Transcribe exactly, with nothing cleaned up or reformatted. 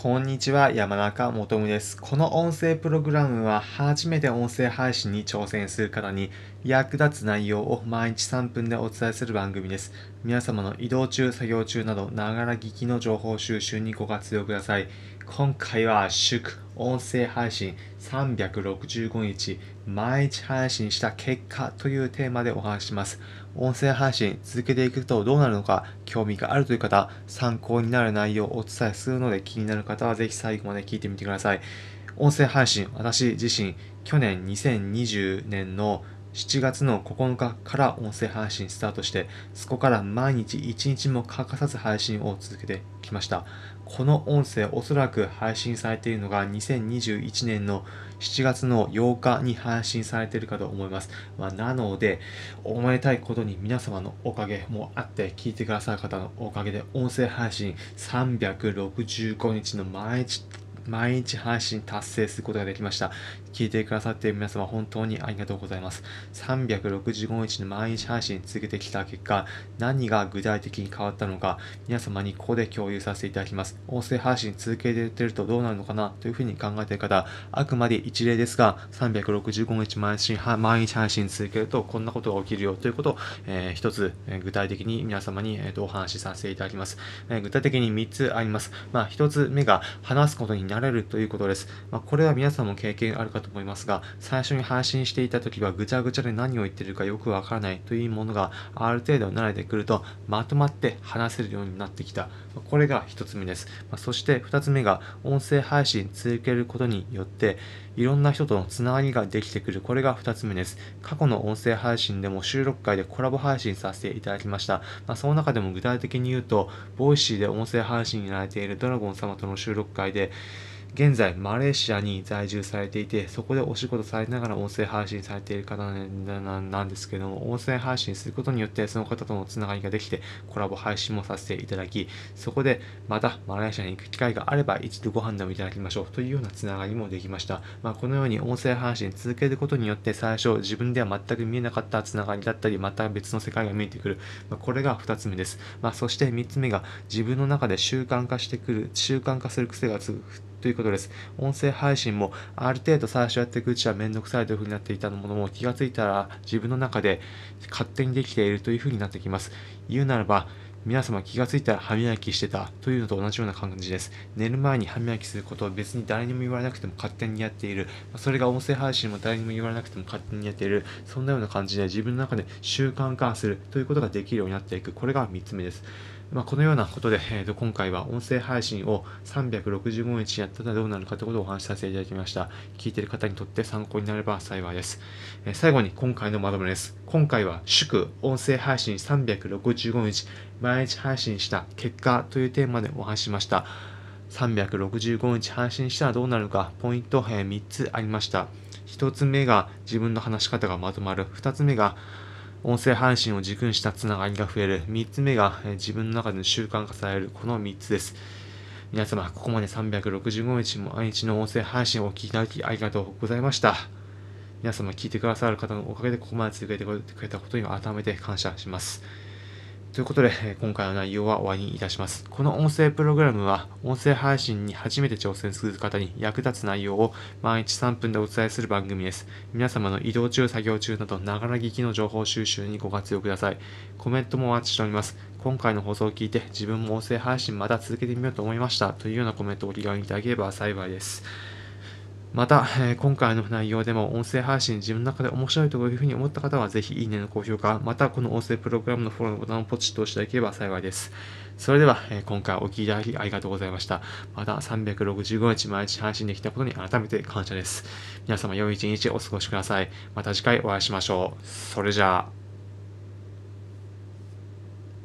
こんにちは、山中もとむです。この音声プログラムは初めて音声配信に挑戦する方に役立つ内容を毎日さんぷんでお伝えする番組です。皆様の移動中、作業中など、ながら聞きの情報収集にご活用ください。今回は祝音声配信さんびゃくろくじゅうごにち毎日配信した結果というテーマでお話しします。音声配信続けていくとどうなるのか興味があるという方、参考になる内容をお伝えするので気になる方はぜひ最後まで聞いてみてください。音声配信、私自身去年にせんにじゅうねんのしちがつのここのかから音声配信スタートして、そこから毎日いちにちも欠かさず配信を続けてきました。この音声おそらく配信されているのがにせんにじゅういちねんのしちがつのようかに配信されているかと思います。まあ、なので、おめでたいことに皆様のおかげもあって、聞いてくださる方のおかげで音声配信さんびゃくろくじゅうごにちの毎日毎日配信達成することができました。聞いてくださっている皆様本当にありがとうございます。さんびゃくろくじゅうごにちの毎日配信続けてきた結果、何が具体的に変わったのか、皆様にここで共有させていただきます。音声配信続けているとどうなるのかなというふうに考えている方、あくまで一例ですが、さんびゃくろくじゅうごにち毎日毎日配信続けるとこんなことが起きるよということを、えー、一つ、えー、具体的に皆様に、えー、とお話しさせていただきます。えー、具体的にみっつあります。まあ、ひとつめが話すことになれるということです。まあ、これは皆さんも経験あるかと思いますが、最初に配信していた時はぐちゃぐちゃで何を言っているかよくわからないというものがある程度慣れてくるとまとまって話せるようになってきた。これがひとつめです。まあ、そしてふたつめが音声配信続けることによっていろんな人とのつながりができてくる。これがふたつめです。過去の音声配信でも収録会でコラボ配信させていただきました。まあ、その中でも具体的に言うと、ボイシーで音声配信になられているドラゴン様との収録会で、現在マレーシアに在住されていて、そこでお仕事されながら音声配信されている方なんですけども、音声配信することによってその方とのつながりができて、コラボ配信もさせていただき、そこでまたマレーシアに行く機会があれば一度ご飯でもいただきましょうというようなつながりもできました。まあ、このように音声配信続けることによって最初自分では全く見えなかったつながりだったり、また別の世界が見えてくる。まあ、これがふたつめです。まあ、そしてみっつめが自分の中で習慣化してくる、習慣化する癖がつくということです。音声配信もある程度最初やっていくうちはめんどくさいというふうになっていたものも気がついたら自分の中で勝手にできているというふうになってきます。言うならば皆様気がついたら歯磨きしてたというのと同じような感じです。寝る前に歯磨きすることを別に誰にも言われなくても勝手にやっている。それが音声配信も誰にも言われなくても勝手にやっている。そんなような感じで自分の中で習慣化するということができるようになっていく。これがみっつめです。まあ、このようなことで、えー、と今回は音声配信をさんびゃくろくじゅうごにちやったらどうなるかということをお話しさせていただきました。聞いている方にとって参考になれば幸いです。えー、最後に今回のまとめです。今回は祝音声配信さんびゃくろくじゅうごにち毎日配信した結果というテーマでお話ししました。さんびゃくろくじゅうごにち配信したらどうなるか、ポイント、えー、みっつありました。ひとつめが自分の話し方がまとまる。ふたつめが音声配信を軸にしたつながりが増える。みっつめが、えー、自分の中での習慣化される。このみっつです。皆様、ここまでさんびゃくろくじゅうごにちも毎日の音声配信をお聞きいただきありがとうございました。皆様、聞いてくださる方のおかげでここまで続けてくれたことに改めて感謝します。ということで、今回の内容は終わりにいたします。この音声プログラムは、音声配信に初めて挑戦する方に役立つ内容を毎日さんぷんでお伝えする番組です。皆様の移動中、作業中など、ながら聞きの情報収集にご活用ください。コメントもお待ちしております。今回の放送を聞いて、自分も音声配信また続けてみようと思いましたというようなコメントをお気軽にいただければ幸いです。また、えー、今回の内容でも音声配信自分の中で面白いというふうに思った方はぜひいいねの高評価、またこの音声プログラムのフォローのボタンをポチッと押していただければ幸いです。それでは、えー、今回お聞きいただきありがとうございました。またさんびゃくろくじゅうごにち毎日配信できたことに改めて感謝です。皆様良い一日お過ごしください。また次回お会いしましょう。それじゃあ。